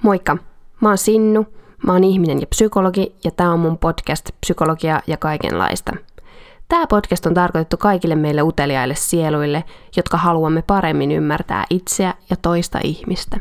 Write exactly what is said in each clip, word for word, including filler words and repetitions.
Moikka! Mä oon Sinnu, mä oon ihminen ja psykologi ja tää on mun podcast Psykologia ja kaikenlaista. Tää podcast on tarkoitettu kaikille meille uteliaille sieluille, jotka haluamme paremmin ymmärtää itseä ja toista ihmistä.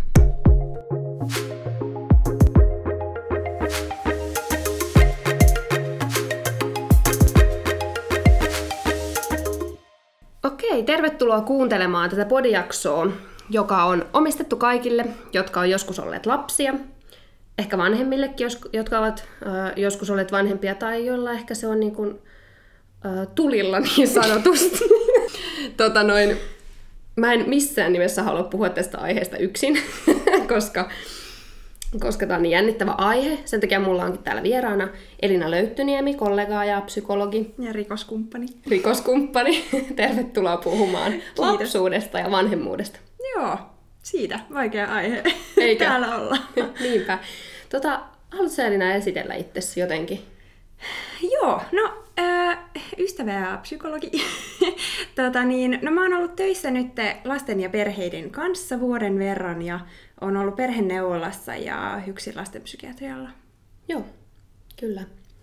Okei, tervetuloa kuuntelemaan tätä podijaksoa, joka on omistettu kaikille, jotka on joskus olleet lapsia, ehkä vanhemmillekin, jotka ovat äh, joskus olleet vanhempia, tai joilla ehkä se on niin kuin, äh, tulilla niin sanotusti. tota noin, mä en missään nimessä halua puhua tästä aiheesta yksin, koska, koska tämä on niin jännittävä aihe. Sen takia mulla onkin täällä vieraana Elina Löyttyniemi, kollega ja psykologi. Ja rikoskumppani. Rikoskumppani. Tervetuloa puhumaan Kiitos. lapsuudesta ja vanhemmuudesta. Joo, siitä. Vaikea aihe. Eikä? Täällä olla. Niinpä. Tota, haluatko Elina esitellä itsesi jotenkin? Joo, no äh, ystävä ja psykologi. tota, niin, no mä oon ollut töissä nyt lasten ja perheiden kanssa vuoden verran ja oon ollut perheneuvolassa ja yksin lastenpsykiatrialla. Joo, kyllä.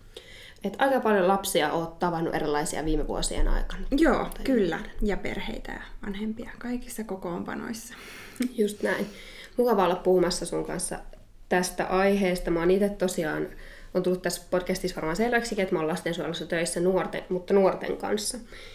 Et aika paljon lapsia oot tavannut erilaisia viime vuosien aikana. Joo, tai kyllä. Ja perheitä ja vanhempia kaikissa kokoonpanoissa. Just näin. Mukava olla puhumassa sun kanssa tästä aiheesta. Mä oon itse tosiaan, on tullut tässä podcastissa varmaan selväksikin, että mä oon lastensuojelussa töissä nuorten, mutta nuorten kanssa.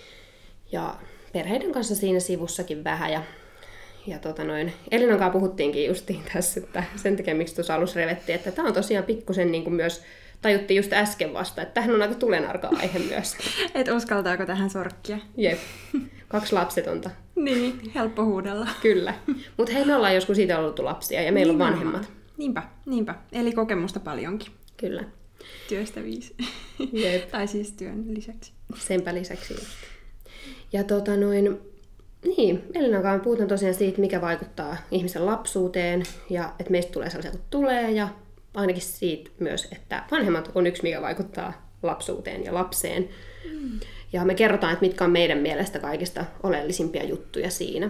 Ja perheiden kanssa siinä sivussakin vähän. Ja, ja tota noin, Elinan kanssa puhuttiinkin justiin tässä, että sen takia miksi tuossa alussa revettiin, että tää on tosiaan pikkusen niin kuin myös tajuttiin just äsken vasta, että tämähän on aika tulenarka aihe myös. Et uskaltaako tähän sorkkia? Jep. Kaksi lapsetonta. Niin, helppo huudella. Kyllä. Mutta hei, me ollaan joskus siitä ollut lapsia ja meillä Nimenomaan. on vanhemmat. Niinpä, niinpä. Eli kokemusta paljonkin. Kyllä. Työstä viisi. Jep. Tai siis työn lisäksi. Senpä lisäksi just. Ja tota noin, niin, Elinakaan puhutaan tosiaan siitä, mikä vaikuttaa ihmisen lapsuuteen ja että meistä tulee sellaisia kuin tulee ja ainakin siitä myös, että vanhemmat on yksi, mikä vaikuttaa lapsuuteen ja lapseen. Mm. Ja me kerrotaan, että mitkä on meidän mielestä kaikista oleellisimpia juttuja siinä.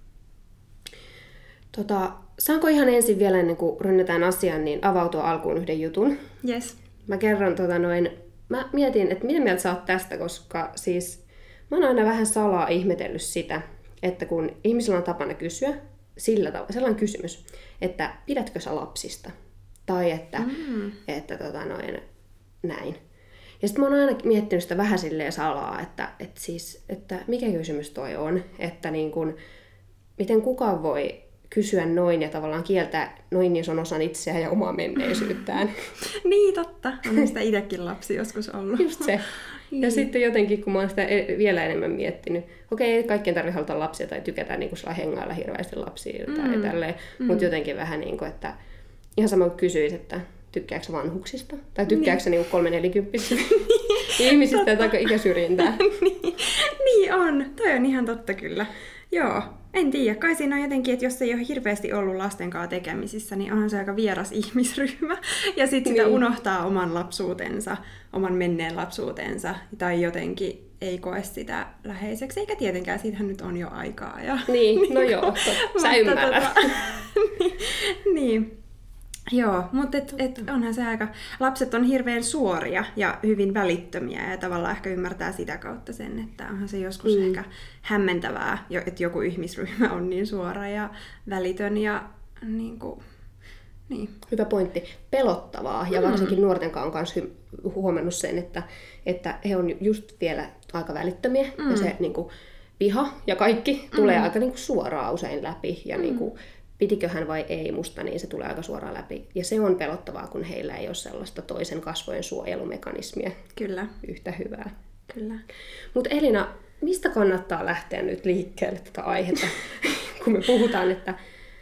Tota, saanko ihan ensin vielä ennen kuin rynnätään asiaan, niin avautua alkuun yhden jutun? Yes. Mä kerron, tota noin, mä mietin, että miten mieltä sä oot tästä, koska siis mä oon aina vähän salaa ihmetellyt sitä, että kun ihmisillä on tapana kysyä sillä tavalla, sellainen kysymys, että pidätkö sä lapsista? Tai että, mm. että tota noin, näin. Ja sitten mä oon aina miettinyt sitä vähän silleen salaa, että, että, siis, että mikä kysymys toi on, että niin kun, miten kukaan voi kysyä noin ja tavallaan kieltää noin ison osan itseään ja omaa menneisyyttään. Niin, totta. On sitä itsekin lapsi joskus ollut. Just se. Niin. Ja sitten jotenkin, kun mä oon sitä vielä enemmän miettinyt, okei, kaikkien tarvitse haluta lapsia tai tykätä niin kuin hengailla hirveästi lapsia mm. tai tälleen, mm. mutta jotenkin vähän niin kuin, että ihan sama kuin kysyisi, että tykkääkö sä vanhuksista? Tai tykkääkö sä niin. niinku kolme nelikymppisistä ihmisistä tai ikäsyrjintää? niin. niin on. Toi on ihan totta kyllä. Joo. En tiedä. Kai siinä on jotenkin, että jos ei ole hirveästi ollut lasten kanssa tekemisissä, niin onhan se aika vieras ihmisryhmä. Ja sitten sitä niin. unohtaa oman lapsuutensa, oman menneen lapsuutensa. Tai jotenkin ei koe sitä läheiseksi. Eikä tietenkään, siitähän nyt on jo aikaa. Ja... Niin, no joo. Sä ymmärrät. Tota... niin. niin. Joo, mutta et, et onhan se aika... Lapset on hirveän suoria ja hyvin välittömiä ja tavallaan ehkä ymmärtää sitä kautta sen, että onhan se joskus mm. ehkä hämmentävää, että joku ihmisryhmä on niin suora ja välitön ja niin kuin... Niin. Hyvä pointti. Pelottavaa ja varsinkin mm. nuorten kanssa on myös hy- huomannut sen, että, että he on just vielä aika välittömiä mm. ja se niin kuin, viha ja kaikki tulee mm. aika niin kuin, suoraan usein läpi ja mm. niin kuin, pitiköhän vai ei musta, niin se tulee aika suoraan läpi. Ja se on pelottavaa, kun heillä ei ole sellaista toisen kasvojen suojelumekanismia. Kyllä. Yhtä hyvää. Kyllä. Mutta Elina, mistä kannattaa lähteä nyt liikkeelle tätä aihetta, kun me puhutaan, että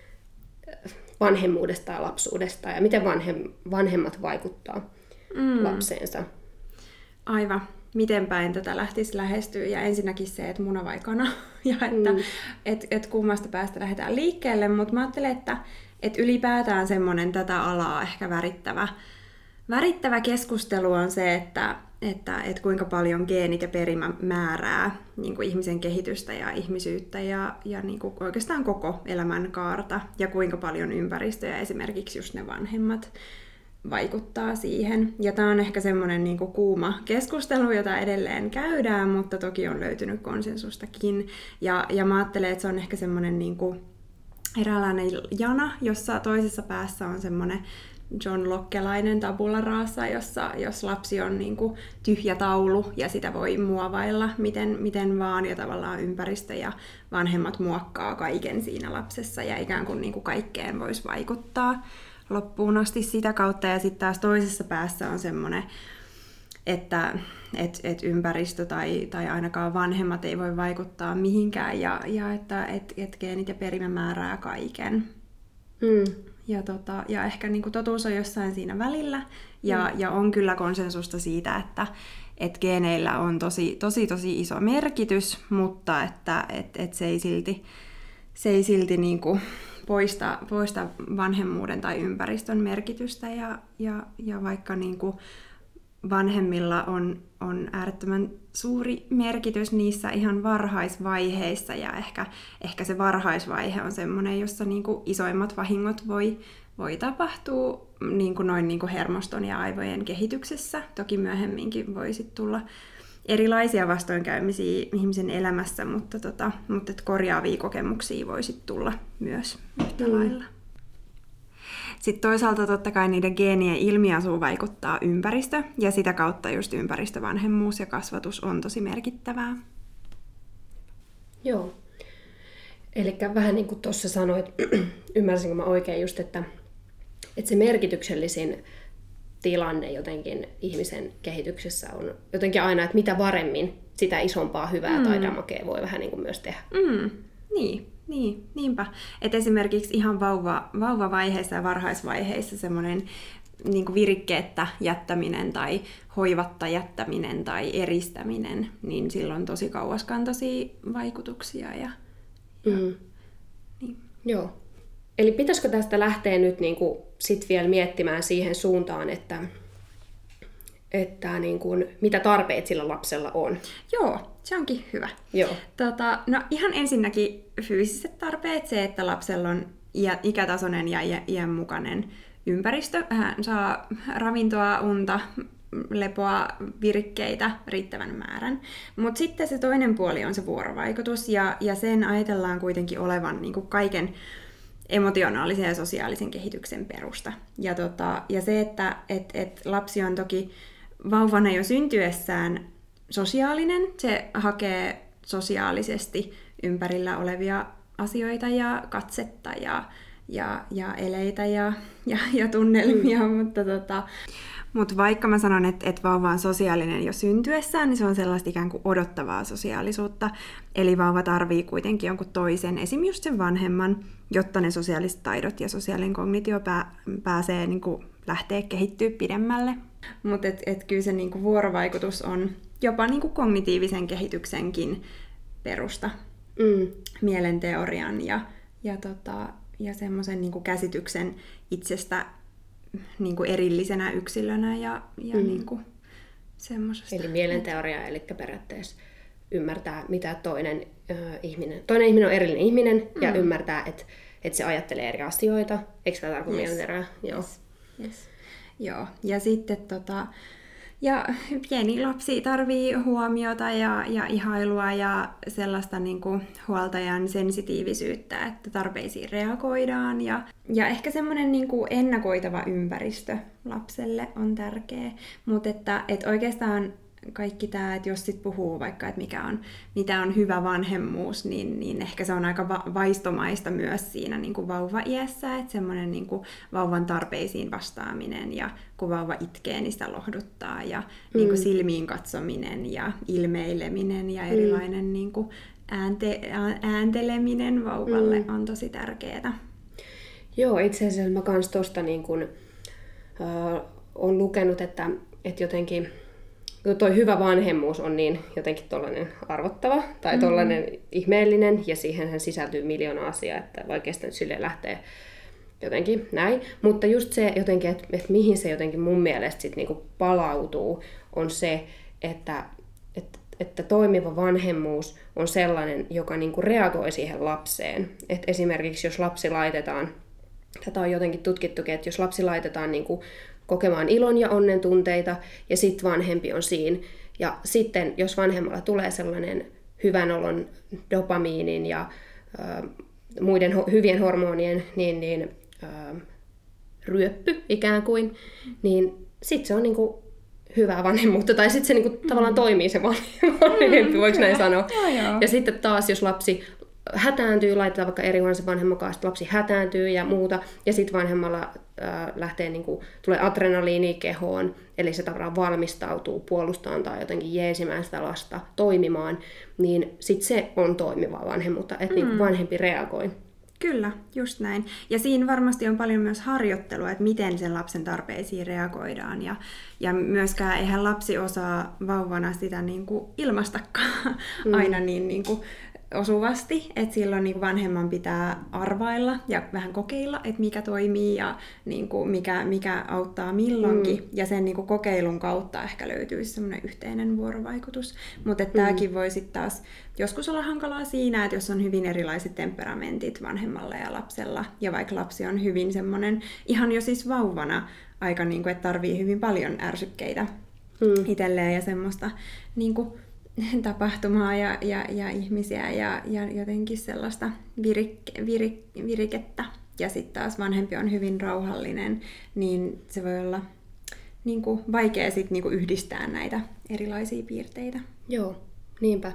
vanhemmuudesta ja lapsuudesta ja miten vanhem, vanhemmat vaikuttaa mm. lapseensa? Aivan. Miten päin tätä lähtisi lähestyä. Ja ensinnäkin se, että muna vai kana. Ja että mm. et, et kummasta päästä lähdetään liikkeelle. Mutta mä ajattelen, että et ylipäätään semmoinen tätä alaa ehkä värittävä, värittävä keskustelu on se, että että, että kuinka paljon geenit ja perimä määrää niin kuin ihmisen kehitystä ja ihmisyyttä ja, ja niin kuin oikeastaan koko elämänkaarta ja kuinka paljon ympäristö ja esimerkiksi just ne vanhemmat vaikuttaa siihen. Ja tämä on ehkä semmoinen niin kuin kuuma keskustelu, jota edelleen käydään, mutta toki on löytynyt konsensustakin. Ja, ja mä ajattelen, että se on ehkä semmoinen niin kuin eräänlainen jana, jossa toisessa päässä on semmoinen John Lockelainen tabula rasa, jossa jos lapsi on niin kuin tyhjä taulu ja sitä voi muovailla miten, miten vaan ja tavallaan ympäristö ja vanhemmat muokkaa kaiken siinä lapsessa ja ikään kuin, niin kuin kaikkeen voisi vaikuttaa loppuun asti sitä kautta. Ja sitten taas toisessa päässä on semmoinen, että et, et ympäristö tai, tai ainakaan vanhemmat ei voi vaikuttaa mihinkään ja, ja että et, et geenit ja perimä määrää kaiken. Mm. Ja, tota, ja ehkä niin kuin totuus on jossain siinä välillä ja, mm. ja on kyllä konsensusta siitä, että et geeneillä on tosi, tosi, tosi iso merkitys, mutta että et, et se ei silti, se ei silti niin kuin poista, poista vanhemmuuden tai ympäristön merkitystä ja, ja, ja vaikka niin kuin vanhemmilla on, on äärettömän suuri merkitys niissä ihan varhaisvaiheissa ja ehkä, ehkä se varhaisvaihe on semmoinen, jossa niin kuin isoimmat vahingot voi, voi tapahtua niin kuin noin niin kuin hermoston ja aivojen kehityksessä. Toki myöhemminkin voi sit tulla erilaisia vastoinkäymisiä ihmisen elämässä, mutta, tota, mutta et korjaavia kokemuksia voi sit tulla myös yhtä mm. lailla. Sitten toisaalta totta kai niiden geenien ilmiasuun vaikuttaa ympäristö, ja sitä kautta just ympäristövanhemmuus ja kasvatus on tosi merkittävää. Joo. Eli vähän niin kuin tuossa sanoit, ymmärsinkö mä oikein just, että, että se merkityksellisin tilanne jotenkin ihmisen kehityksessä on jotenkin aina, että mitä varemmin, sitä isompaa hyvää mm. tai damakea voi vähän niin kuin myös tehdä. Mm. Niin. Niin, niinpä. Et esimerkiksi ihan vauva, vauvavaiheessa ja varhaisvaiheissa semmoinen niin kuin virikkeettä jättäminen tai hoivatta jättäminen tai eristäminen, niin sillä on tosi kauaskantoisia vaikutuksia. Ja, ja, mm. niin. Joo. Eli pitäisikö tästä lähteä nyt niin kuin sit vielä miettimään siihen suuntaan, että, että niin kuin, mitä tarpeet sillä lapsella on? Joo, se onkin hyvä. Joo. Tota, no ihan ensinnäkin fyysiset tarpeet, se, että lapsella on iä, ikätasoinen ja iä, iänmukainen ympäristö. Hän saa ravintoa, unta, lepoa, virikkeitä riittävän määrän. Mutta sitten se toinen puoli on se vuorovaikutus, ja, ja sen ajatellaan kuitenkin olevan niin kuin kaiken emotionaalisen ja sosiaalisen kehityksen perusta. Ja, tota, ja se, että et, et lapsi on toki vauvana jo syntyessään sosiaalinen, se hakee sosiaalisesti ympärillä olevia asioita ja katsetta ja, ja, ja eleitä ja, ja, ja tunnelmia, mm. mutta tota, mut vaikka mä sanon, että, että vauva on sosiaalinen jo syntyessään, niin se on sellaista ikään kuin odottavaa sosiaalisuutta. Eli vauva tarvii kuitenkin jonkun toisen, esim. Just sen vanhemman, jotta ne sosiaaliset taidot ja sosiaalinen kognitio pää, pääsee niin kuin lähtee kehittyä pidemmälle. Mutta et, et kyllä se niin kuin vuorovaikutus on jopa niin kuin kognitiivisen kehityksenkin perusta. Mm. Mielenteorian ja, ja, tota, ja semmoisen niin kuin käsityksen itsestä niin kuin erillisenä yksilönä ja, ja mm. niin kuin semmoisesta. Eli mielenteoria, eli periaatteessa ymmärtää, mitä toinen, äh, ihminen, toinen ihminen on erillinen ihminen mm. ja ymmärtää, että, että se ajattelee eri asioita. Eikö tämä tarkoita yes. mielenteoria? Joo. Yes. Yes. Joo. Ja sitten tota, ja pieni lapsi tarvii huomiota ja, ja ihailua ja sellaista niin kuin huoltajan sensitiivisyyttä, että tarpeisiin reagoidaan. Ja, ja ehkä semmoinen niin kuin ennakoitava ympäristö lapselle on tärkeä. Mutta että, että oikeastaan kaikki tämä, että jos sit puhuu vaikka, että mikä on, mitä on hyvä vanhemmuus, niin, niin ehkä se on aika va- vaistomaista myös siinä niin kuin vauva-iässä, että semmoinen niin kuin vauvan tarpeisiin vastaaminen ja kun vauva itkee, niin sitä lohduttaa ja mm. niin kuin silmiin katsominen ja ilmeileminen ja erilainen mm. niin kuin äänte- äänteleminen vauvalle mm. on tosi tärkeää. Joo, itse asiassa mä kans tosta niin kuin, äh, on lukenut, että, että jotenkin toi hyvä vanhemmuus on niin jotenkin tollainen arvottava tai mm-hmm. tollainen ihmeellinen, ja siihen sisältyy miljoona asiaa, että vaikka sitä nyt silleen lähtee jotenkin näin. Mutta just se jotenkin, että, että mihin se jotenkin mun mielestä sit niinku palautuu, on se, että, että, että toimiva vanhemmuus on sellainen, joka niinku reagoi siihen lapseen. Et esimerkiksi jos lapsi laitetaan, tätä on jotenkin tutkittukin, että jos lapsi laitetaan niinku kokemaan ilon ja onnen tunteita, ja sitten vanhempi on siinä. Ja sitten, jos vanhemmalla tulee sellainen hyvän olon dopamiinin ja ö, muiden ho- hyvien hormonien niin, niin, ö, ryöppy ikään kuin, niin sitten se on niinku hyvää vanhemmuutta, tai sitten se niinku mm. tavallaan toimii se vanhempi, mm, voiko näin sanoa. Joo, joo. Ja sitten taas, jos lapsi hätääntyy, laitetaan vaikka eri huoneeseen vanhemman kanssa, lapsi hätääntyy ja muuta, ja sitten vanhemmalla äh, lähtee, niin kuin, tulee adrenaliini kehoon, eli se tavallaan valmistautuu puolustamaan tai jotenkin jeesimään sitä lasta toimimaan, niin sitten se on toimivaa vanhemmuutta, että mm. niin kuin vanhempi reagoi. Kyllä, just näin. Ja siinä varmasti on paljon myös harjoittelua, että miten sen lapsen tarpeisiin reagoidaan. Ja, ja myöskään eihän lapsi osaa vauvana sitä niin kuin ilmastakaan mm. aina niin, niin kuin osuvasti, että silloin niin vanhemman pitää arvailla ja vähän kokeilla, että mikä toimii ja niin kuin mikä, mikä auttaa milloinkin. Mm. Ja sen niin kuin kokeilun kautta ehkä löytyisi semmoinen yhteinen vuorovaikutus. Mutta mm. tämäkin voi sitten taas joskus olla hankalaa siinä, että jos on hyvin erilaiset temperamentit vanhemmalla ja lapsella, ja vaikka lapsi on hyvin semmoinen, ihan jo siis vauvana, aika niin kuin, että tarvii hyvin paljon ärsykkeitä mm. itselleen ja semmoista niin kuin tapahtumaa ja, ja, ja ihmisiä ja, ja jotenkin sellaista virik, virik, virikettä. Ja sitten taas vanhempi on hyvin rauhallinen, niin se voi olla niin kuin vaikea sit niin kuin yhdistää näitä erilaisia piirteitä. Joo, niinpä.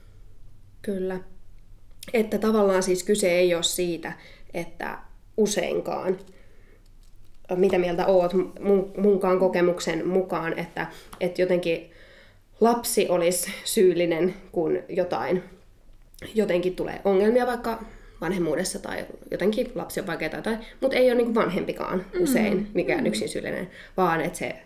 Kyllä. Että tavallaan siis kyse ei ole siitä, että useinkaan, mitä mieltä oot mun, munkaan kokemuksen mukaan, että, että jotenkin lapsi olisi syyllinen, kun jotain, jotenkin tulee ongelmia vaikka vanhemmuudessa tai jotenkin lapsi on vaikeaa tai, mutta ei ole niin kuin vanhempikaan usein mm, mikään mm. yksin syyllinen, vaan että se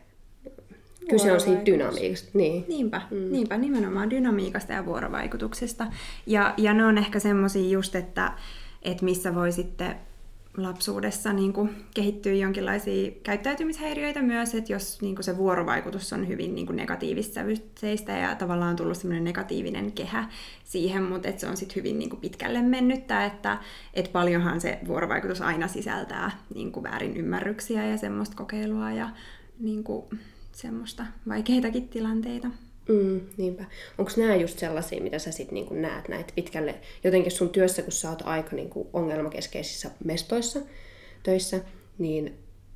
kyse on siitä dynamiikasta. Niin. Niinpä, mm. niinpä, nimenomaan dynamiikasta ja vuorovaikutuksesta. Ja, ja ne on ehkä semmosia just, että, että missä voi sitten lapsuudessa niin kuin kehittyy jonkinlaisia käyttäytymishäiriöitä myös, että jos niin kuin se vuorovaikutus on hyvin niin kuin negatiivissävytteistä ja tavallaan on tullut semmoinen negatiivinen kehä siihen, mutta että se on sitten hyvin niin kuin pitkälle mennyttä, että, että paljonhan se vuorovaikutus aina sisältää niin kuin väärinymmärryksiä ja semmoista kokeilua ja niin kuin semmoista vaikeitakin tilanteita. Mm, niinpä. Onko nämä just sellaisia, mitä sä sit niinku näet näitä pitkälle, jotenkin sun työssä, kun sä oot aika niinku ongelmakeskeisissä mestoissa töissä, niin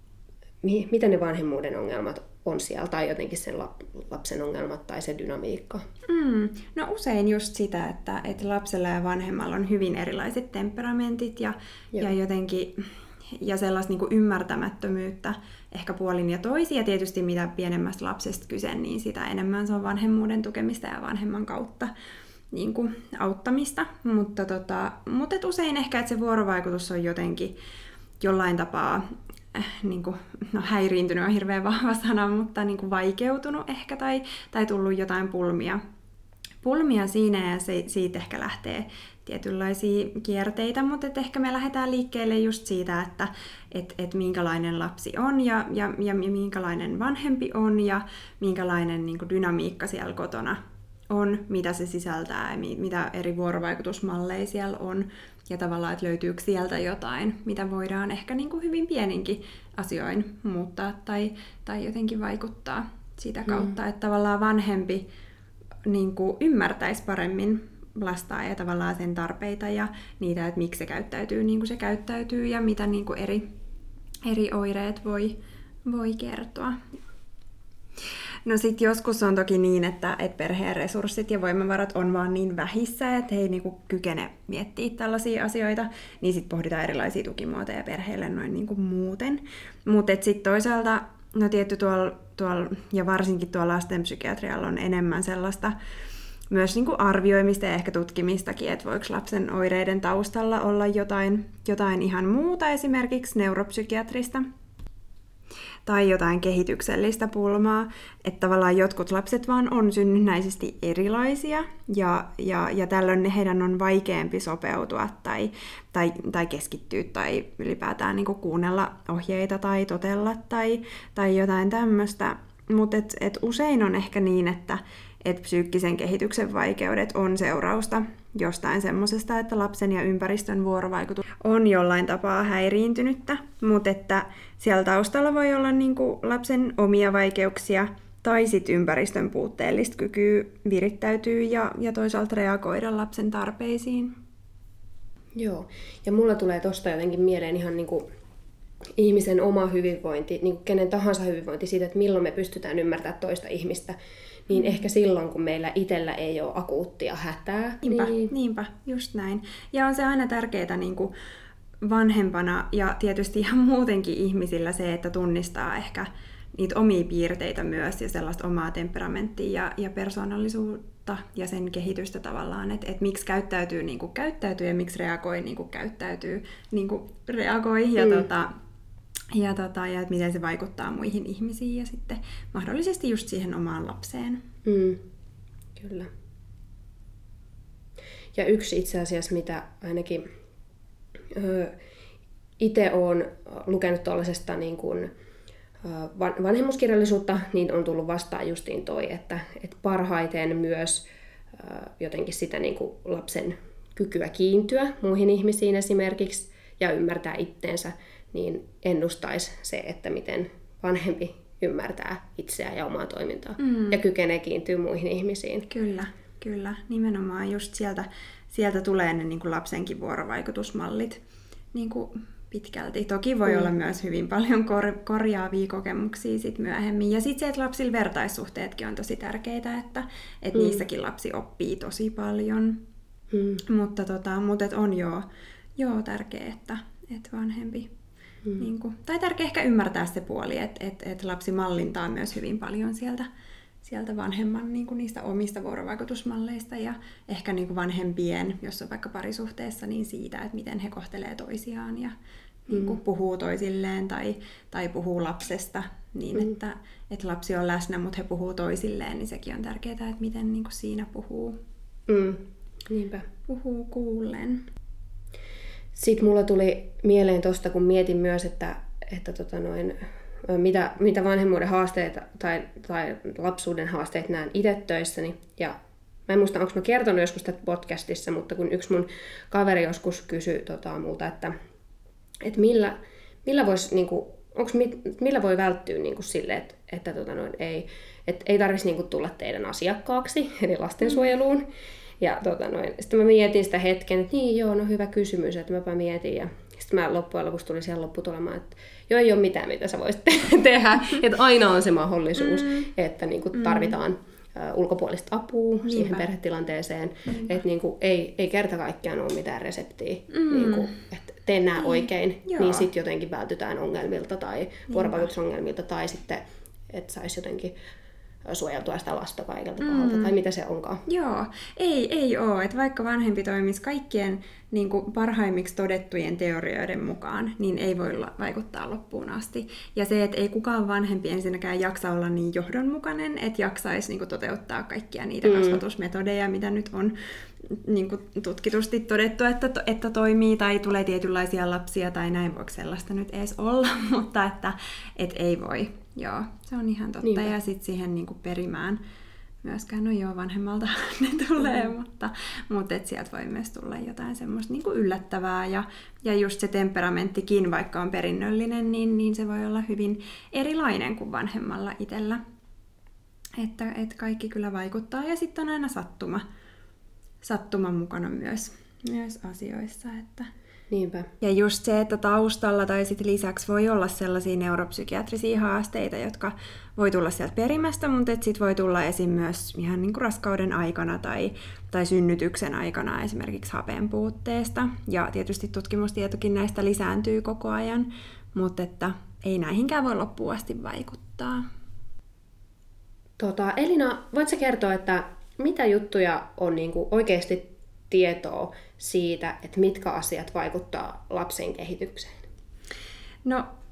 mi- mitä ne vanhemmuuden ongelmat on siellä, tai jotenkin sen lap- lapsen ongelmat tai se dynamiikka? Mm, no usein just sitä, että, että lapsella ja vanhemmalla on hyvin erilaiset temperamentit ja, ja jotenkin ja sellaista niin kuin ymmärtämättömyyttä ehkä puolin ja toisin. Ja tietysti mitä pienemmästä lapsesta kyse, niin sitä enemmän se on vanhemmuuden tukemista ja vanhemman kautta niin kuin auttamista. Mutta, tota, mutta et usein ehkä, että se vuorovaikutus on jotenkin jollain tapaa äh, niin kuin, no häiriintynyt on hirveän vahva sana, mutta niin kuin vaikeutunut ehkä tai, tai tullut jotain pulmia. Pulmia siinä ja se, siitä ehkä lähtee tietynlaisia kierteitä, mutta et ehkä me lähdetään liikkeelle just siitä, että et, et minkälainen lapsi on ja, ja, ja minkälainen vanhempi on ja minkälainen niin kuin dynamiikka siellä kotona on, mitä se sisältää ja mitä eri vuorovaikutusmalleja siellä on ja tavallaan, että löytyykö sieltä jotain, mitä voidaan ehkä niin kuin hyvin pieninkin asioin muuttaa tai, tai jotenkin vaikuttaa sitä kautta, mm. että tavallaan vanhempi niin kuin ymmärtäisi paremmin lastaa ja tavallaan sen tarpeita ja niitä, että miksi se käyttäytyy niin kuin se käyttäytyy ja mitä niin kuin eri, eri oireet voi, voi kertoa. No sit joskus on toki niin, että, että perheen resurssit ja voimavarat on vaan niin vähissä, että he ei niin kuin kykene miettimään tällaisia asioita, niin sit pohditaan erilaisia tukimuotoja perheelle noin niin kuin muuten. Mutta sitten toisaalta, no tietty tuolla, tuolla ja varsinkin tuolla lastenpsykiatrialla on enemmän sellaista myös niin kuin arvioimista ja ehkä tutkimistakin, että voiko lapsen oireiden taustalla olla jotain, jotain ihan muuta, esimerkiksi neuropsykiatrista. tai jotain kehityksellistä pulmaa, että tavallaan jotkut lapset vaan on synnynnäisesti erilaisia, ja, ja, ja tällöin heidän on vaikeampi sopeutua tai, tai, tai keskittyä tai ylipäätään niin kuin kuunnella ohjeita tai totella tai, tai jotain tämmöistä. Mutta et, et usein on ehkä niin, että et psyykkisen kehityksen vaikeudet on seurausta jostain semmoisesta, että lapsen ja ympäristön vuorovaikutus on jollain tapaa häiriintynyttä, mutta että siellä taustalla voi olla niinku lapsen omia vaikeuksia tai sit ympäristön puutteellista kykyä virittäytyy ja, ja toisaalta reagoida lapsen tarpeisiin. Joo, ja mulla tulee tosta jotenkin mieleen ihan niinku ihmisen oma hyvinvointi, niinku kenen tahansa hyvinvointi siitä, että milloin me pystytään ymmärtämään toista ihmistä, niin ehkä silloin, kun meillä itsellä ei ole akuuttia hätää. Niinpä, niin... niinpä, just näin. Ja on se aina tärkeää niin kuin vanhempana ja tietysti ihan muutenkin ihmisillä se, että tunnistaa ehkä niitä omia piirteitä myös ja sellaista omaa temperamenttia ja, ja persoonallisuutta ja sen kehitystä tavallaan, että et miksi käyttäytyy niin kuin käyttäytyy ja miksi reagoi niin kuin käyttäytyy, niin kuin reagoi ja mm. tota, Ja, tota, ja että miten se vaikuttaa muihin ihmisiin ja sitten mahdollisesti just siihen omaan lapseen. Mm, kyllä. Ja yksi itse asiassa, mitä ainakin ö, itse olen lukenut tuollaisesta niin kuin, ö, vanhemmuuskirjallisuutta, niin on tullut vastaan justiin toi, että, että parhaiten myös ö, jotenkin sitä niin kuin lapsen kykyä kiintyä muihin ihmisiin esimerkiksi ja ymmärtää itteensä, niin ennustaisi se, että miten vanhempi ymmärtää itseään ja omaa toimintaa mm. ja kykenee kiintyä muihin ihmisiin. Kyllä, kyllä. Nimenomaan just sieltä, sieltä tulee ne niin kuin lapsenkin vuorovaikutusmallit niin kuin pitkälti. Toki voi mm. olla myös hyvin paljon kor- korjaavia kokemuksia sit myöhemmin. Ja sitten se, että lapsilla vertaissuhteetkin on tosi tärkeitä, että et mm. niissäkin lapsi oppii tosi paljon. Mm. Mutta, tota, mutta et on joo, joo tärkeää, että et vanhempi... Hmm. Niin kuin, tai tärkeää ehkä ymmärtää se puoli, että et, et lapsi mallintaa myös hyvin paljon sieltä, sieltä vanhemman niin kuin niistä omista vuorovaikutusmalleista ja ehkä niin kuin vanhempien, jos on vaikka parisuhteessa, niin siitä, että miten he kohtelee toisiaan ja hmm. niin kuin puhuu toisilleen tai, tai puhuu lapsesta niin, hmm. että, että lapsi on läsnä, mutta he puhuu toisilleen, niin sekin on tärkeää, että miten niin kuin siinä puhuu. Hmm. Niinpä. Puhuu kuullen. Sitten mulla tuli mieleen tosta, kun mietin myös, että, että tota noin, mitä, mitä vanhemmuuden haasteita tai, tai lapsuuden haasteet näen itse töissäni. Ja mä en muista, onko mä kertonut joskus tätä podcastissa, mutta kun yksi mun kaveri joskus kysyi tota, multa, että, että millä, millä, vois, niinku, onks, millä voi välttyä niinku, sille, että, että tota noin, ei, et, ei tarvitsisi niinku, tulla teidän asiakkaaksi, eli lastensuojeluun. Mm. Ja tota noin, sitten mä mietin sitä hetken, että niin joo, no hyvä kysymys, että mäpä mietin. Ja sitten mä loppujen lopuksi tuli siihen lopputulemaan, että joo, ei ole mitään, mitä sä voisit tehdä. Että aina on se mahdollisuus, mm. että niinku tarvitaan mm. ulkopuolista apua Niinpä. siihen perhetilanteeseen. Niinpä. Että niinku ei, ei kerta kaikkiaan ole mitään reseptiä, mm. niinku, että tee nää niin. oikein, joo. niin sitten jotenkin vältytään ongelmilta tai vuorovaikutusongelmilta tai sitten, että saisi jotenkin suojeltua sitä lasta kaikelta pahalta, mm. tai mitä se onkaan. Joo, ei, ei ole. Että vaikka vanhempi toimisi kaikkien niin kuin parhaimmiksi todettujen teorioiden mukaan, niin ei voi vaikuttaa loppuun asti. Ja se, että ei kukaan vanhempi ensinnäkään jaksa olla niin johdonmukainen, että jaksaisi niin kuin toteuttaa kaikkia niitä mm. kasvatusmetodeja, mitä nyt on niin kuin tutkitusti todettu, että, että toimii, tai tulee tietynlaisia lapsia, tai näin voiko sellaista nyt edes olla, mutta että et ei voi. Joo, se on ihan totta. Niinpä. Ja sitten siihen niinku perimään myöskään, no joo, vanhemmalta ne tulee, mm. mutta, mutta et sieltä voi myös tulla jotain semmoista niinku yllättävää. Ja, ja just se temperamenttikin, vaikka on perinnöllinen, niin, niin se voi olla hyvin erilainen kuin vanhemmalla itsellä. Että et kaikki kyllä vaikuttaa. Ja sitten on aina sattuma, sattuma mukana myös, myös asioissa, että... Niinpä. Ja just se, että taustalla tai sit lisäksi voi olla sellaisia neuropsykiatrisia haasteita, jotka voi tulla sieltä perimästä, mutta sitten voi tulla esim. Myös ihan niin kuin raskauden aikana tai, tai synnytyksen aikana esimerkiksi hapen puutteesta. Ja tietysti tutkimustietokin näistä lisääntyy koko ajan, mutta että ei näihinkään voi loppuun asti vaikuttaa. Tota, Elina, voit sä kertoa, että mitä juttuja on niin kuin oikeasti tietoa siitä, että mitkä asiat vaikuttaa lapsen kehitykseen? No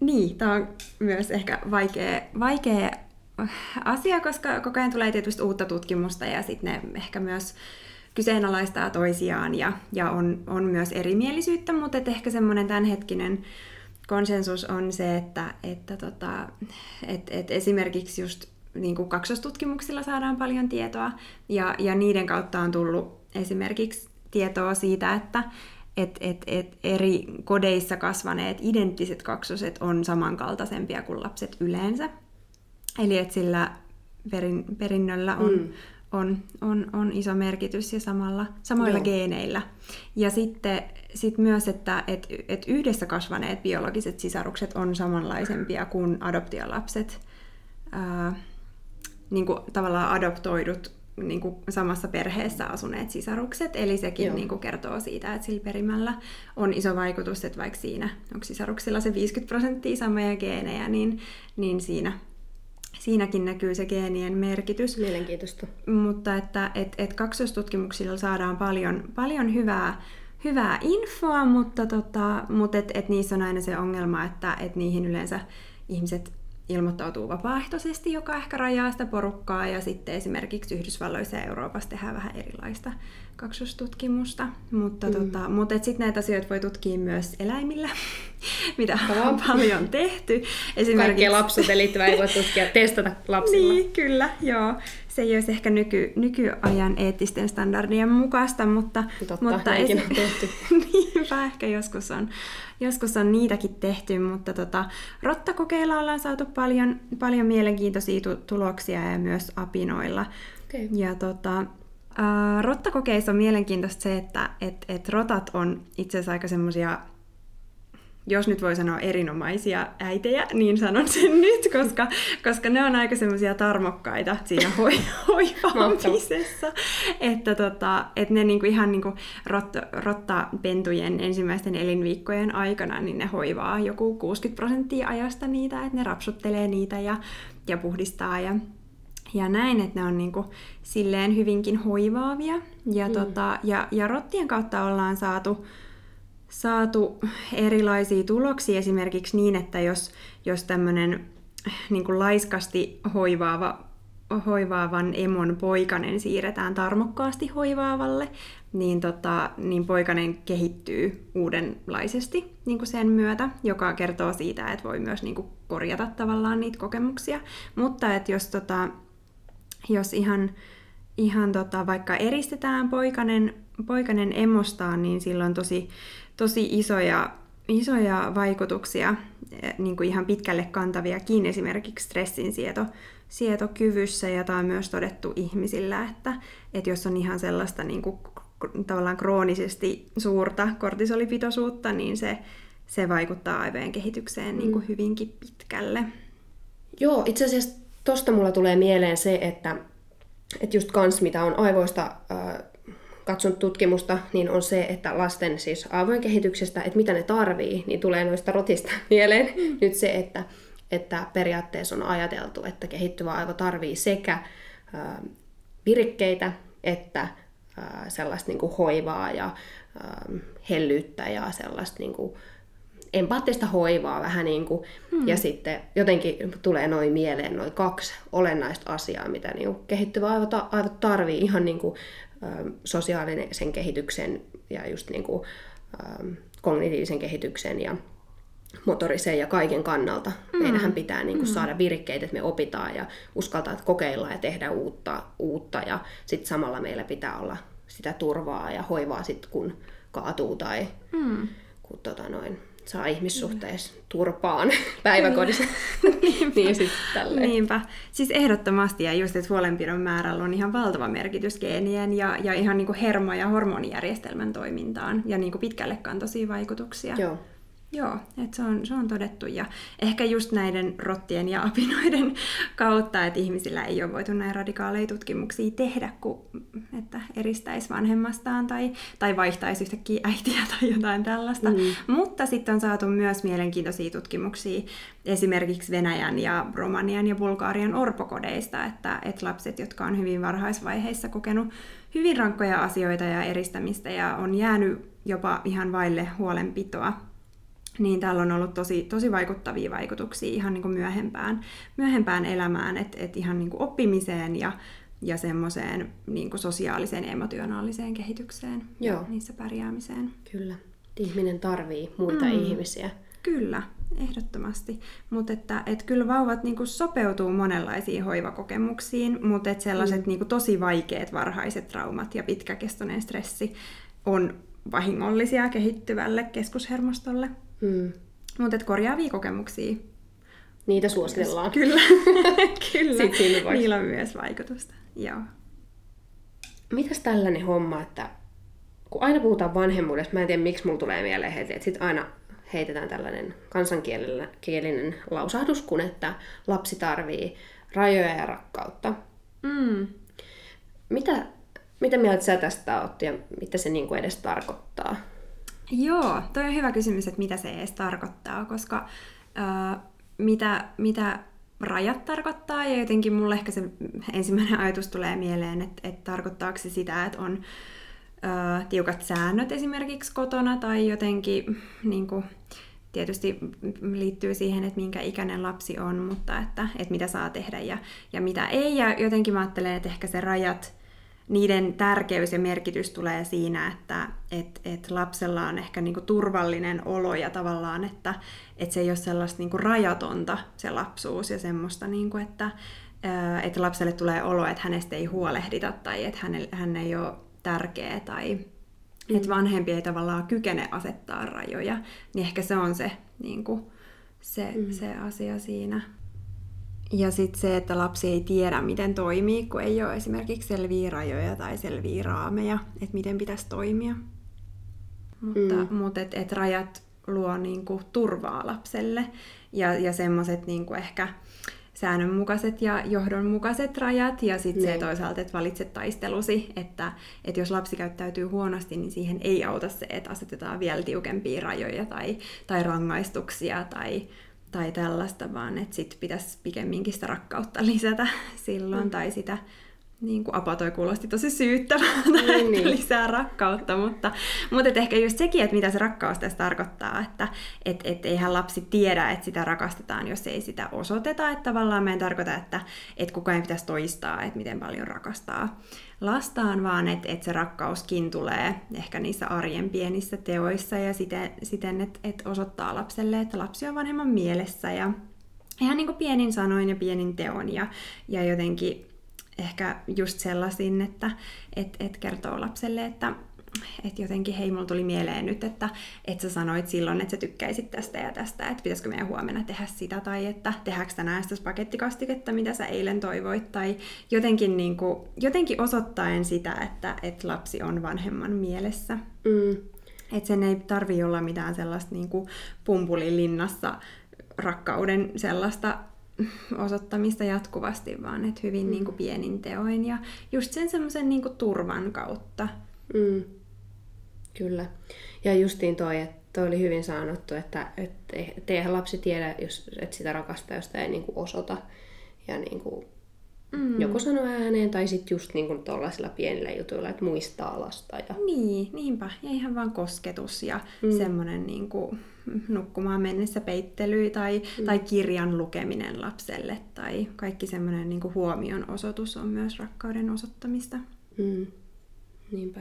niin, tämä on myös ehkä vaikea, vaikea asia, koska koko ajan tulee tietysti uutta tutkimusta ja sitten ne ehkä myös kyseenalaistaa toisiaan ja, ja on, on myös erimielisyyttä, mutta et ehkä semmoinen tämänhetkinen konsensus on se, että, että tota, et, et esimerkiksi just niin kuin kaksostutkimuksilla saadaan paljon tietoa ja, ja niiden kautta on tullut esimerkiksi tietoa siitä, että et, et, et eri kodeissa kasvaneet identtiset kaksoset on samankaltaisempia kuin lapset yleensä. Eli että sillä perin, perinnöllä on, mm. on, on, on iso merkitys ja samalla, samoilla Joo. geeneillä. Ja sitten sit myös, että et, et yhdessä kasvaneet biologiset sisarukset on samanlaisempia kuin adoptiolapset, ää, niin kuin tavallaan adoptoidut niin kuin samassa perheessä asuneet sisarukset. Eli sekin niin kuin kertoo siitä, että sillä perimällä on iso vaikutus, että vaikka siinä onko sisaruksilla se viisikymmentä prosenttia samoja geenejä, niin, niin siinä Siinäkin näkyy se geenien merkitys. Mielenkiintoista. Mutta että et, et kaksostutkimuksilla saadaan paljon, paljon hyvää, hyvää infoa, mutta, tota, mutta et, et niissä on aina se ongelma, että et niihin yleensä ihmiset ilmoittautuu vapaaehtoisesti, joka ehkä rajaa sitä porukkaa. Ja sitten esimerkiksi Yhdysvalloissa ja Euroopassa tehdään vähän erilaista kaksostutkimusta. Mutta, mm. tota, mutta sitten näitä asioita voi tutkia myös eläimillä, mitä on paljon tehty. Kaikkia lapsuuteen liittyvää ei voi tutkia, testata lapsilla. Niin, kyllä, joo. Se ei olisi ehkä nyky, nykyajan eettisten standardien mukaista, mutta... Totta, mutta esi- on tehty. Niinpä, ehkä joskus on, joskus on niitäkin tehty, mutta tota, rottakokeilla ollaan saatu paljon, paljon mielenkiintoisia tu- tuloksia ja myös apinoilla. Okay. Ja tota, äh, rottakokeissa on mielenkiintoista se, että et, et rotat on itse asiassa aika semmoisia... Jos nyt voi sanoa erinomaisia äitejä, niin sanon sen nyt, koska, koska ne on aika semmoisia tarmokkaita siinä hoi- hoivaamisessa. että, tota, että ne niinku ihan niinku rot, rottapentujen ensimmäisten elinviikkojen aikana niin ne hoivaa joku kuusikymmentä prosenttia ajasta niitä, että ne rapsuttelee niitä ja, ja puhdistaa ja, ja näin, että ne on niinku silleen hyvinkin hoivaavia. Ja, mm. tota, ja, ja rottien kautta ollaan saatu... saatu erilaisia tuloksia esimerkiksi niin, että jos, jos tämmöinen niin kuin laiskasti hoivaava, hoivaavan emon poikanen siirretään tarmokkaasti hoivaavalle, niin, tota, niin poikanen kehittyy uudenlaisesti niin kuin sen myötä, joka kertoo siitä, että voi myös niin kuin korjata tavallaan niitä kokemuksia. Mutta että jos, tota, jos ihan, ihan tota, vaikka eristetään poikanen, poikanen emostaan, niin sillä on tosi tosi isoja, isoja vaikutuksia, niin kuin ihan pitkälle kantaviakin, esimerkiksi stressin sieto, sietokyvyssä, ja tämä on myös todettu ihmisillä, että, että jos on ihan sellaista niin kuin, tavallaan kroonisesti suurta kortisolipitoisuutta, niin se, se vaikuttaa aivojen kehitykseen niin kuin hyvinkin pitkälle. Joo, itse asiassa tosta mulla tulee mieleen se, että, että just kans mitä on aivoista... Äh, katsonut tutkimusta, niin on se, että lasten siis aivojen kehityksestä, että mitä ne tarvii, niin tulee noista rotista mieleen mm. nyt se, että, että periaatteessa on ajateltu, että kehittyvä aivo tarvii sekä äh, virikkeitä että äh, sellaista niin kuin hoivaa ja äh, hellyyttä ja sellaista niin kuin empaattista hoivaa vähän niin kuin, mm. ja sitten jotenkin tulee noin mieleen noin kaksi olennaista asiaa, mitä niin kuin kehittyvä aivo, ta- aivo tarvii ihan niin kuin sosiaalisen kehityksen ja just niin kuin, ähm, kognitiivisen kehityksen ja motorisen ja kaiken kannalta. Mm. Meidänhän pitää niin kuin, mm. saada virikkeitä, että me opitaan ja uskaltaa kokeilla ja tehdä uutta, uutta ja sitten samalla meillä pitää olla sitä turvaa ja hoivaa sit kun kaatuu tai mm. kun tota, noin, saa ihmissuhteessa mm. turpaan päiväkodissa. niin sitten tälleen. Niinpä. Siis ehdottomasti, ja just, että huolenpidon määrällä on ihan valtava merkitys geenien ja, ja ihan niin kuin hermo- ja hormonijärjestelmän toimintaan ja niin kuin pitkälle kantoisia vaikutuksia. Joo. Joo, että se on, se on todettu. Ja ehkä just näiden rottien ja apinoiden kautta, että ihmisillä ei ole voitu näin radikaaleja tutkimuksia tehdä, kuin että eristäisi vanhemmastaan tai, tai vaihtaisi yhtäkkiä äitiä tai jotain tällaista. Mm. Mutta sitten on saatu myös mielenkiintoisia tutkimuksia esimerkiksi Venäjän ja Romanian ja Bulgarian orpokodeista, että, että lapset, jotka on hyvin varhaisvaiheissa kokenut hyvin rankkoja asioita ja eristämistä ja on jäänyt jopa ihan vaille huolenpitoa, niin täällä on ollut tosi, tosi vaikuttavia vaikutuksia ihan niin kuin myöhempään, myöhempään elämään, että et ihan niin kuin oppimiseen ja, ja semmoiseen niin kuin sosiaaliseen ja emotionaaliseen kehitykseen. Joo. Ja niissä pärjäämiseen. Kyllä. Ihminen tarvii muita mm. ihmisiä. Kyllä, ehdottomasti. Mutta että et kyllä vauvat niinku sopeutuu monenlaisiin hoivakokemuksiin, mutta et sellaiset mm. niinku tosi vaikeat varhaiset traumat ja pitkäkestoinen stressi on vahingollisia kehittyvälle keskushermostolle. Mm. Mutta et korjaavia kokemuksia. Niitä suositellaan. Kyllä, kyllä. Niillä on myös vaikutusta. Joo. Mitäs tällainen homma, että kun aina puhutaan vanhemmuudesta, mä en tiedä miksi mulla tulee mieleen heti, että sit aina heitetään tällainen kansankielinen lausahdus, kun että lapsi tarvii rajoja ja rakkautta. Mm. Mitä, mitä mieltä sä tästä oot ja mitä se niinku edes tarkoittaa? Joo, toi on hyvä kysymys, että mitä se edes tarkoittaa, koska äh, mitä, mitä rajat tarkoittaa, ja jotenkin mulle ehkä se ensimmäinen ajatus tulee mieleen, että, että tarkoittaako se sitä, että on äh, tiukat säännöt esimerkiksi kotona, tai jotenkin niin kuin, tietysti liittyy siihen, että minkä ikäinen lapsi on, mutta että, että mitä saa tehdä ja, ja mitä ei, ja jotenkin mä ajattelen, että ehkä se rajat, niiden tärkeys ja merkitys tulee siinä, että et, et lapsella on ehkä niinku turvallinen olo ja tavallaan, että et se ei ole sellaista niinku rajatonta se lapsuus ja semmoista, niinku, että et lapselle tulee olo, että hänestä ei huolehdita tai että hän, hän ei ole tärkeä tai mm. että vanhempi ei tavallaan kykene asettaa rajoja, niin ehkä se on se, niinku, se, mm. se asia siinä. Ja sitten se, että lapsi ei tiedä, miten toimii, kun ei ole esimerkiksi selviä rajoja tai selviä raameja, että miten pitäisi toimia. Mutta, mm. mutta et, et rajat luo niinku turvaa lapselle ja, ja semmoiset niinku ehkä säännönmukaiset ja johdonmukaiset rajat. Ja sitten se toisaalta, että valitset taistelusi, että, että jos lapsi käyttäytyy huonosti, niin siihen ei auta se, että asetetaan vielä tiukempia rajoja tai, tai rangaistuksia tai tai tällaista, vaan että sit pitäisi pikemminkin sitä rakkautta lisätä silloin, mm. tai sitä, niin kuin Apa toi kuulosti tosi syyttävältä, niin, että lisää rakkautta, mutta, mutta et ehkä just sekin, että mitä se rakkaus tässä tarkoittaa, että et, et eihän lapsi tiedä, että sitä rakastetaan, jos ei sitä osoiteta, että tavallaan mä en tarkoita, että et kukaan ei pitäisi toistaa, että miten paljon rakastaa lastaan, vaan että et se rakkauskin tulee ehkä niissä arjen pienissä teoissa ja siten, siten että et osoittaa lapselle, että lapsi on vanhemman mielessä ja ihan niin kuin pienin sanoin ja pienin teon ja, ja jotenkin ehkä just sellaisin, että et, et kertoo lapselle, että et jotenkin hei, mulla tuli mieleen nyt, että et sä sanoit silloin, että sä tykkäisit tästä ja tästä, että pitäisikö meidän huomenna tehdä sitä, tai että tehdäänkö tänään sitä spagettikastiketta, mitä sä eilen toivoit, tai jotenkin, niin kuin, jotenkin osoittaen sitä, että et lapsi on vanhemman mielessä. Mm. Että sen ei tarvitse olla mitään sellaista niin kuin pumpulilinnassa rakkauden sellaista osoittamista jatkuvasti, vaan että hyvin mm. niin kuin pienin teoin ja just sen semmoisen niin kuin turvan kautta. Mm. Kyllä. Ja justiin toi, että toi oli hyvin sanottu, että, että eihän lapsi tiedä, jos, että sitä rakastaa, jos sitä ei niin kuin osoita. Ja niin kuin mm. joko sano ääneen tai sitten just niin kuin tuollaisilla pienillä jutuilla, että muistaa lasta. Ja... Niin, niinpä. Ja ihan vaan kosketus ja mm. semmoinen niin kuin nukkumaan mennessä peittely tai, mm. tai kirjan lukeminen lapselle tai kaikki semmoinen niin kuin huomion osoitus on myös rakkauden osoittamista. Mm. Niinpä.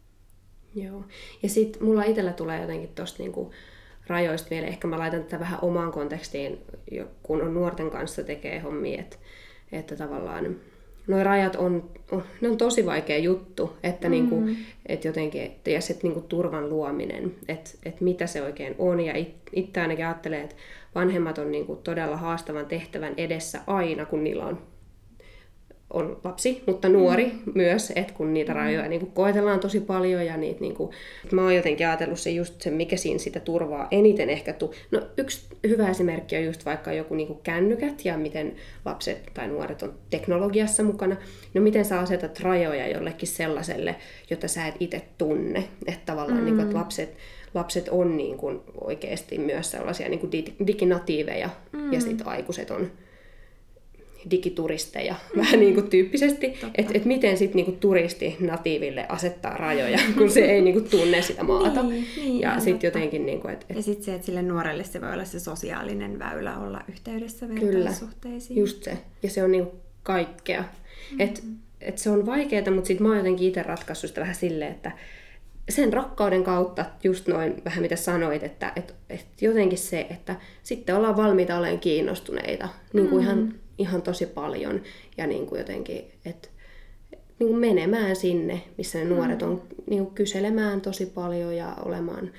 Joo. Ja sitten mulla itsellä tulee jotenkin tosta niinku rajoista vielä, ehkä mä laitan tätä vähän omaan kontekstiin, kun on nuorten kanssa tekee hommia, että, että tavallaan nuo rajat on, ne on tosi vaikea juttu, että mm. niinku, et jotenkin, ja sitten niinku turvan luominen, että et mitä se oikein on, ja it, itse ainakin ajattelee, että vanhemmat on niinku todella haastavan tehtävän edessä aina, kun niillä on on lapsi, mutta nuori mm. myös, että kun niitä rajoja mm. niin kuin koetellaan tosi paljon ja niitä niin kuin, mä oon jotenkin ajatellut se just se, mikä siinä sitä turvaa eniten ehkä tuu. No yksi hyvä esimerkki on just vaikka joku niin kuin kännykät ja miten lapset tai nuoret on teknologiassa mukana. No miten sä asetat rajoja jollekin sellaiselle, jota sä et itse tunne, että tavallaan mm. niin kuin, että lapset Lapset on niin kuin oikeasti myös sellaisia niin kuin diginatiiveja mm. ja sitten aikuiset on digituristeja mm. vähän niin kuin tyyppisesti, että et miten sitten niinku turisti natiiville asettaa rajoja, kun se ei niinku tunne sitä maata. Niin, niin, ja sitten jotenkin... Niinku, et, et... Ja sitten se, että sille nuorelle se voi olla se sosiaalinen väylä olla yhteydessä vertaissuhteisiin. Kyllä, just se. Ja se on niinku kaikkea. Mm-hmm. Että et se on vaikeaa, mutta sitten mä oon jotenkin itse ratkaissut sitä vähän silleen, että sen rakkauden kautta, just noin vähän mitä sanoit, että et, et jotenkin se, että sitten ollaan valmiita olemaan kiinnostuneita niin kuin mm-hmm. ihan, ihan tosi paljon ja niin kuin jotenkin, että niin kuin menemään sinne, missä ne nuoret on, niin kuin kyselemään tosi paljon ja olemaan,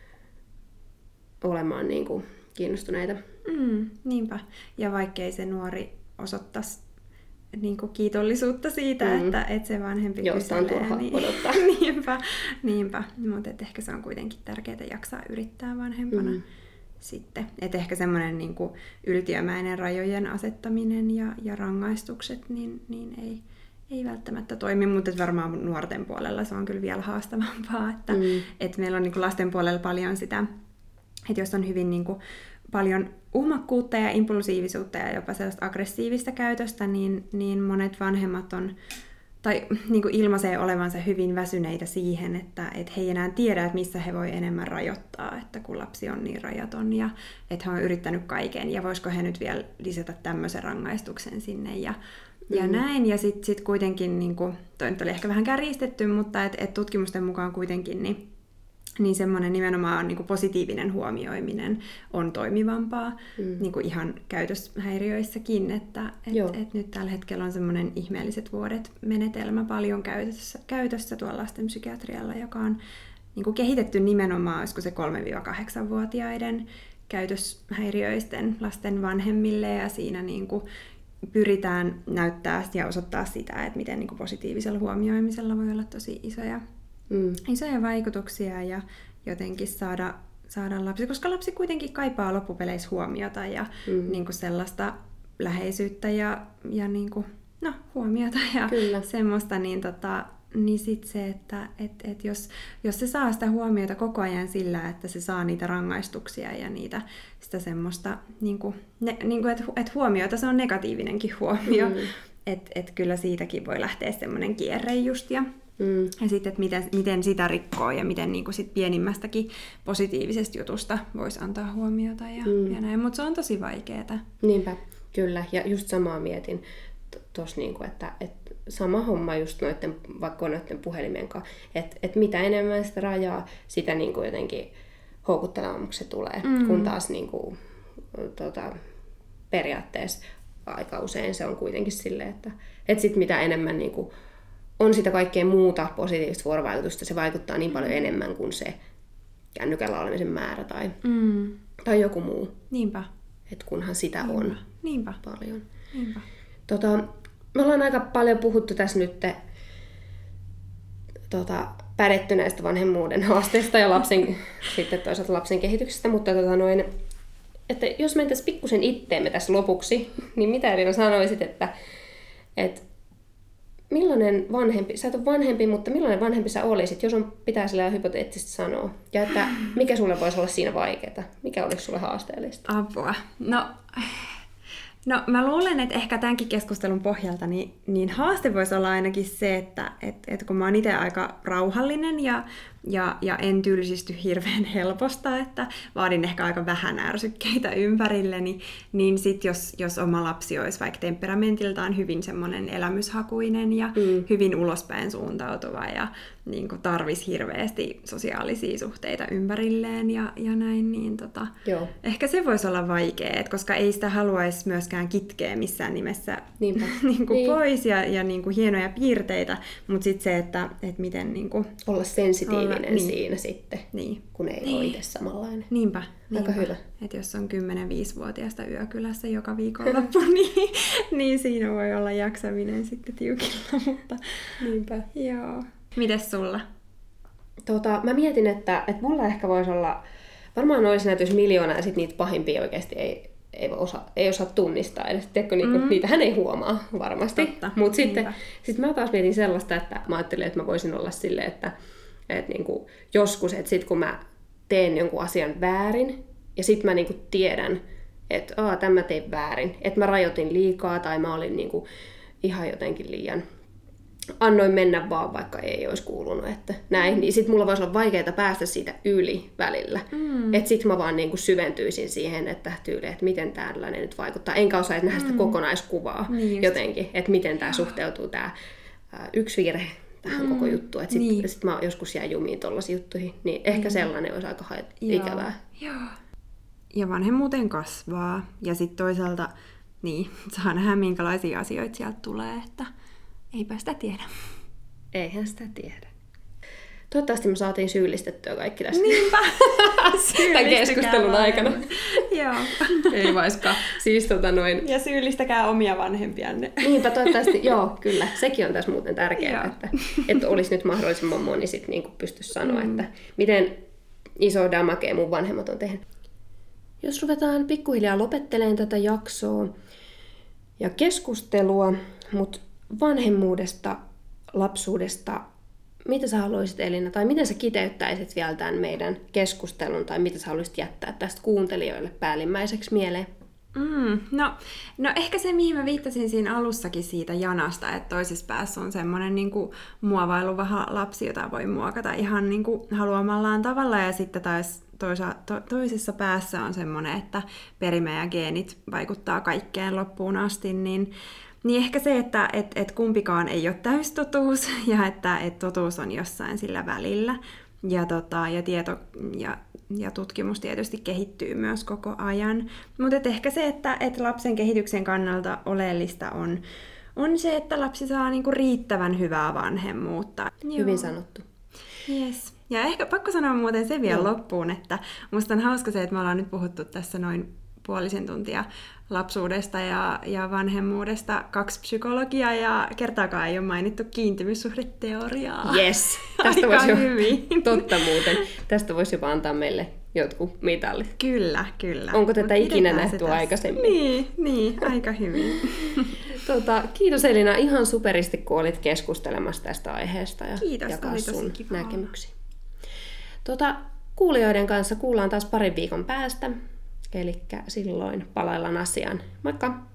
olemaan niin kuin kiinnostuneita. Mm, niinpä. Ja vaikkei se nuori osoittaisi niin kuin kiitollisuutta siitä, mm. että, että se vanhempi jostain kyselee. Niin, odottaa. niinpä, niinpä. Mutta ehkä se on kuitenkin tärkeää jaksaa yrittää vanhempana mm. sitten. Että ehkä semmoinen niin kuin yltiömäinen rajojen asettaminen ja, ja rangaistukset, niin, niin ei, ei välttämättä toimi, mutta varmaan nuorten puolella se on kyllä vielä haastavampaa. Että, mm. että meillä on niin kuin lasten puolella paljon sitä, että jos on hyvin niin kuin paljon uhmakkuutta ja impulsiivisuutta ja jopa sellaista aggressiivista käytöstä, niin, niin monet vanhemmat on, tai niin kuin ilmaisee olevansa hyvin väsyneitä siihen, että, että he ei enää tiedä, että missä he voi enemmän rajoittaa, että kun lapsi on niin rajaton ja että he on yrittänyt kaiken ja voisiko he nyt vielä lisätä tämmöisen rangaistuksen sinne ja, mm. ja näin. Ja sitten sit kuitenkin, niin kuin, toi nyt oli ehkä vähän kärjistetty, mutta et, et tutkimusten mukaan kuitenkin niin niin semmoinen nimenomaan niin kuin positiivinen huomioiminen on toimivampaa mm. niin kuin ihan käytöshäiriöissäkin, että et, et nyt tällä hetkellä on semmoinen ihmeelliset vuodet menetelmä paljon käytössä, käytössä tuolla lastenpsykiatrialla, joka on niin kuin kehitetty nimenomaan, olisiko se kolme-kahdeksan-vuotiaiden käytöshäiriöisten lasten vanhemmille, ja siinä niin kuin pyritään näyttää ja osoittaa sitä, että miten niin kuin positiivisella huomioimisella voi olla tosi isoja Mm. isoja vaikutuksia ja jotenkin saada, saada lapsi, koska lapsi kuitenkin kaipaa loppupeleissä huomiota ja mm. niin kuin sellaista läheisyyttä ja, ja niin kuin, no, huomiota ja Kyllä. semmoista, niin, tota, niin sit se, että et, et jos, jos se saa sitä huomiota koko ajan sillä, että se saa niitä rangaistuksia ja niitä, sitä semmoista, niin kuin, ne, niin kuin, että et huomiota se on negatiivinenkin huomio, mm. että et kyllä siitäkin voi lähteä semmoinen kierre just ja Mm. Ja sitten, että miten, miten sitä rikkoo ja miten niin kuin sit pienimmästäkin positiivisesta jutusta voisi antaa huomiota ja, mm. ja näin. Mutta se on tosi vaikeaa. Niinpä, kyllä. Ja just samaa mietin tuossa, niinku, että et sama homma just noitten, vaikka noitten puhelimien kanssa, että et mitä enemmän sitä rajaa, sitä niinku jotenkin houkuttelevammaksi se tulee. Mm. Kun taas niinku, tota, periaatteessa aika usein se on kuitenkin silleen, että et sit mitä enemmän niinku on sitä kaikkea muuta positiivista vuorovaikutusta, se vaikuttaa niin paljon enemmän kuin se kännykällä olemisen määrä tai, mm. tai joku muu. Niinpä. Et kunhan sitä Niinpä. on Niinpä. paljon. Niinpä. Tota, me ollaan aika paljon puhuttu tässä nyt tota, pädetty näistä vanhemmuuden haasteista ja lapsen, sitten toisaalta lapsen kehityksestä, mutta tota noin, että jos mentäisiin pikkusen itteemme tässä lopuksi, niin mitä Elina sanoisit, että et, millainen vanhempi, sä et ole vanhempi, mutta millainen vanhempi sä olisit, jos on pitää sillä hypoteettisesti sanoa? Ja että mikä sulle voisi olla siinä vaikeaa? Mikä olisi sulle haasteellista? Apua. No, no mä luulen, että ehkä tämänkin keskustelun pohjalta niin, niin haaste voisi olla ainakin se, että et, et kun mä oon itse aika rauhallinen ja, ja, ja en tylsisty hirveän helposta, että vaadin ehkä aika vähän ärsykkeitä ympärilleni, niin sit jos, jos oma lapsi olisi vaikka temperamentiltaan hyvin semmoinen elämyshakuinen ja mm. hyvin ulospäin suuntautuva ja niin kuin tarvisi hirveästi sosiaalisia suhteita ympärilleen ja, ja näin, niin tota, ehkä se voisi olla vaikea, koska ei sitä haluaisi myöskään kitkeä missään nimessä niin kuin niin. pois ja, ja niin kuin hienoja piirteitä, mutta sitten se, että, että miten niin kuin olla sensitiivinen olla, niin. siinä sitten, niin. kun ei niin. ole itse samanlainen. Niinpä. Aika hyvä. Että jos on kymmenen-viisivuotiaasta yökylässä joka viikonloppu, niin, niin siinä voi olla jaksaminen sitten tiukilla, mutta niinpä. Joo. Mites sulla? Tota, mä mietin, että, että mulla ehkä voisi olla, varmaan olisi näitä jos miljoona ja sitten niitä pahimpia oikeasti ei, ei, osaa, ei osaa tunnistaa edes. Tiedätkö, niinku, mm. niitähän ei huomaa varmasti. Mutta sitten sit mä taas mietin sellaista, että mä ajattelin, että mä voisin olla silleen, että, että niinku, joskus, että sit kun mä teen jonkun asian väärin ja sit mä niinku tiedän, että aah, tämän mä tein väärin, että mä rajoitin liikaa tai mä olin niinku ihan jotenkin liian, annoin mennä vaan, vaikka ei olisi kuulunut, että näin, niin sit mulla voisi olla vaikeaa päästä siitä yli välillä. Mm. Että sit mä vaan niinku syventyisin siihen, että tyyli, että miten tällainen nyt vaikuttaa. Enkä osaa nähdä sitä mm. kokonaiskuvaa niin jotenkin, että miten tää suhteutuu tää ä, yksi virhe tähän mm. koko juttuun. Että sit, niin. sit mä joskus jää jumiin tollaisiin juttuihin, niin ehkä mm. sellainen olisi aika hait- ikävää. Joo. Ja vanhemmuuteen kasvaa, ja sitten toisaalta niin, saa nähdä minkälaisia asioita sieltä tulee, että eipä sitä tiedä. Eihän sitä tiedä. Toivottavasti me saatiin syyllistettyä kaikki tästä. Niinpä! Tämän keskustelun aikana. Joo. Ei vaiska. Siis tota noin. Ja syyllistäkää omia vanhempianne. Niinpä toivottavasti, joo, kyllä. Sekin on tässä muuten tärkeää, että, että olisi nyt mahdollisimman moni sit niinku pystyisi sanoa, mm. että miten iso damakea mun vanhemmat on tehnyt. Jos ruvetaan pikkuhiljaa lopettelemaan tätä jaksoa ja keskustelua, mutta vanhemmuudesta, lapsuudesta, mitä sä haluaisit Elina, tai miten sä kiteyttäisit vielä tämän meidän keskustelun, tai mitä sä haluaisit jättää tästä kuuntelijoille päällimmäiseksi mieleen? Mm, no, no ehkä se, mihin mä viittasin siinä alussakin siitä janasta, että toisessa päässä on semmoinen niin kuin muovailuvaha lapsi, jota voi muokata ihan niin kuin haluamallaan tavalla, ja sitten taas toisa, to, toisessa päässä on semmoinen, että perimä ja geenit vaikuttaa kaikkeen loppuun asti, niin Niin ehkä se, että et, et kumpikaan ei ole täystotuus ja että et totuus on jossain sillä välillä. Ja, tota, ja tieto ja, ja tutkimus tietysti kehittyy myös koko ajan. Mutta ehkä se, että et lapsen kehityksen kannalta oleellista on, on se, että lapsi saa niinku riittävän hyvää vanhemmuutta. Hyvin sanottu. Yes. Ja ehkä pakko sanoa muuten se vielä Joo. loppuun, että musta on hauska se, että me ollaan nyt puhuttu tässä noin puolisen tuntia lapsuudesta ja, ja vanhemmuudesta, kaksi psykologiaa ja kertaakaan ei ole mainittu kiintymyssuhdeteoriaa. Yes, tästä voisi jo, hyvin. Totta muuten, tästä voisi jopa antaa meille jotkut mitallit. Kyllä, kyllä. Onko tätä Mut ikinä nähty aikaisemmin? Niin, niin, aika hyvin. tota, kiitos Elina ihan superisti, kun olit keskustelemassa tästä aiheesta ja kiitos, jakaa sun näkemyksiä. Tota, kuulijoiden kanssa kuullaan taas parin viikon päästä. Elikkä silloin palaillaan asiaan. Moikka!